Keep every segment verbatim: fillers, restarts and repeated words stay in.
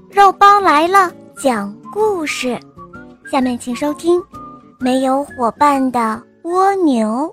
肉包来了讲故事，下面请收听没有伙伴的蜗牛。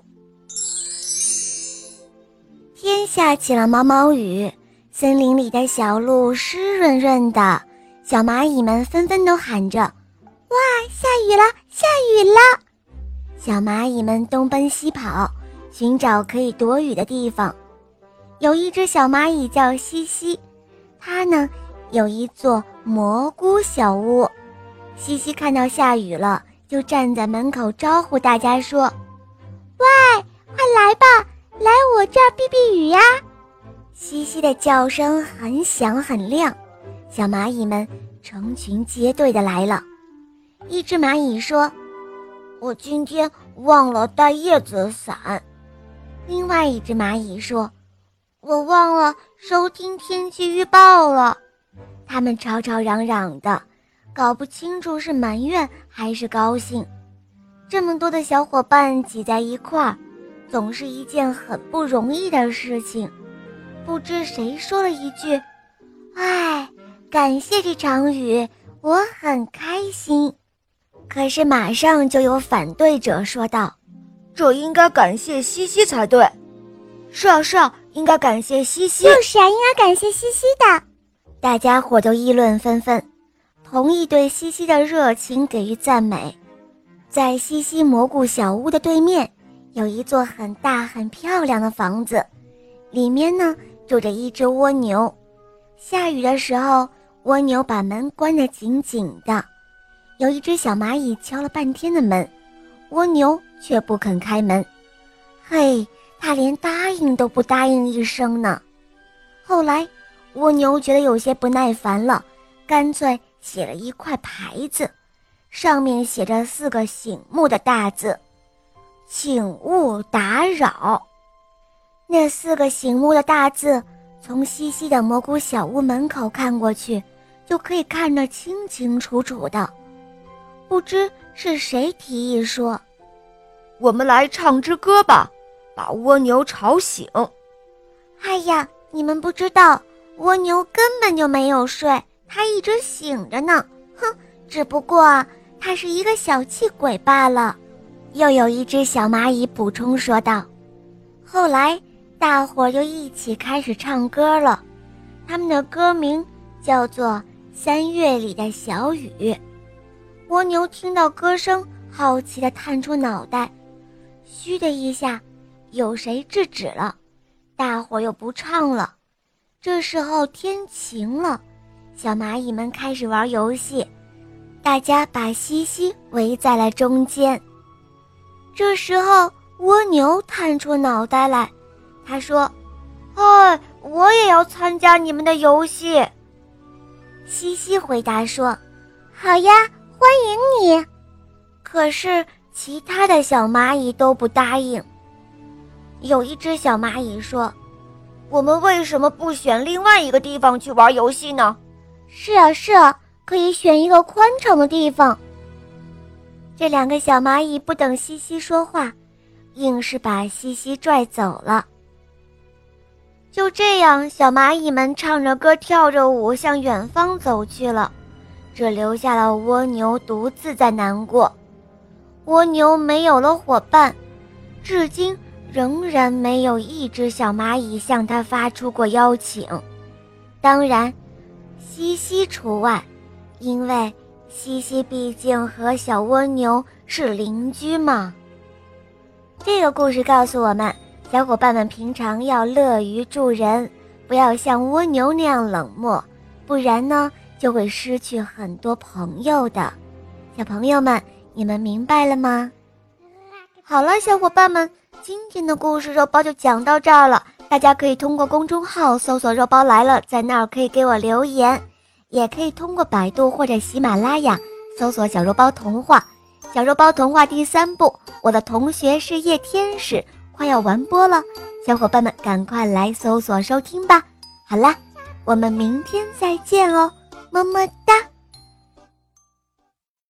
天下起了毛毛雨，森林里的小路湿润润的，小蚂蚁们纷纷都喊着：哇，下雨了，下雨了！小蚂蚁们东奔西跑，寻找可以躲雨的地方。有一只小蚂蚁叫西西，它呢有一座蘑菇小屋。西西看到下雨了，就站在门口招呼大家说：喂，快来吧，来我这儿避避雨呀！西西的叫声很响很亮，小蚂蚁们成群结队的来了。一只蚂蚁说：我今天忘了带叶子伞。另外一只蚂蚁说：我忘了收听天气预报了。他们吵吵嚷嚷的，搞不清楚是埋怨还是高兴。这么多的小伙伴挤在一块儿，总是一件很不容易的事情。不知谁说了一句：哎，感谢这场雨，我很开心。可是马上就有反对者说道：这应该感谢西西才对。是啊是啊，应该感谢西西。就是啊，应该感谢西西的。大家伙都议论纷纷，同意对西西的热情给予赞美。在西西蘑菇小屋的对面，有一座很大很漂亮的房子，里面呢住着一只蜗牛。下雨的时候，蜗牛把门关得紧紧的。有一只小蚂蚁敲了半天的门，蜗牛却不肯开门。嘿，它连答应都不答应一声呢。后来蜗牛觉得有些不耐烦了，干脆写了一块牌子，上面写着四个醒目的大字：请勿打扰。那四个醒目的大字从西西的蘑菇小屋门口看过去，就可以看得清清楚楚的。不知是谁提议说：我们来唱支歌吧，把蜗牛吵醒。哎呀，你们不知道，蜗牛根本就没有睡，它一直醒着呢。哼，只不过啊，它是一个小气鬼罢了。又有一只小蚂蚁补充说道。后来大伙就一起开始唱歌了，他们的歌名叫做《三月里的小雨》。蜗牛听到歌声，好奇地探出脑袋，嘘的一下，有谁制止了，大伙又不唱了。这时候天晴了，小蚂蚁们开始玩游戏，大家把西西围在了中间。这时候蜗牛探出脑袋来，他说：嗨，我也要参加你们的游戏。西西回答说：好呀，欢迎你。可是其他的小蚂蚁都不答应。有一只小蚂蚁说：我们为什么不选另外一个地方去玩游戏呢？是啊是啊，可以选一个宽敞的地方。这两个小蚂蚁不等西西说话，硬是把西西拽走了。就这样，小蚂蚁们唱着歌跳着舞向远方走去了，只留下了蜗牛独自在难过。蜗牛没有了伙伴，至今仍然没有一只小蚂蚁向它发出过邀请。当然西西除外，因为西西毕竟和小蜗牛是邻居嘛。这个故事告诉我们，小伙伴们平常要乐于助人，不要像蜗牛那样冷漠，不然呢就会失去很多朋友的。小朋友们，你们明白了吗？好了，小伙伴们，今天的故事肉包就讲到这儿了。大家可以通过公众号搜索肉包来了，在那儿可以给我留言，也可以通过百度或者喜马拉雅搜索小肉包童话。小肉包童话第三部，我的同学是夜天使，快要完播了，小伙伴们赶快来搜索收听吧。好啦，我们明天再见哦，么么哒。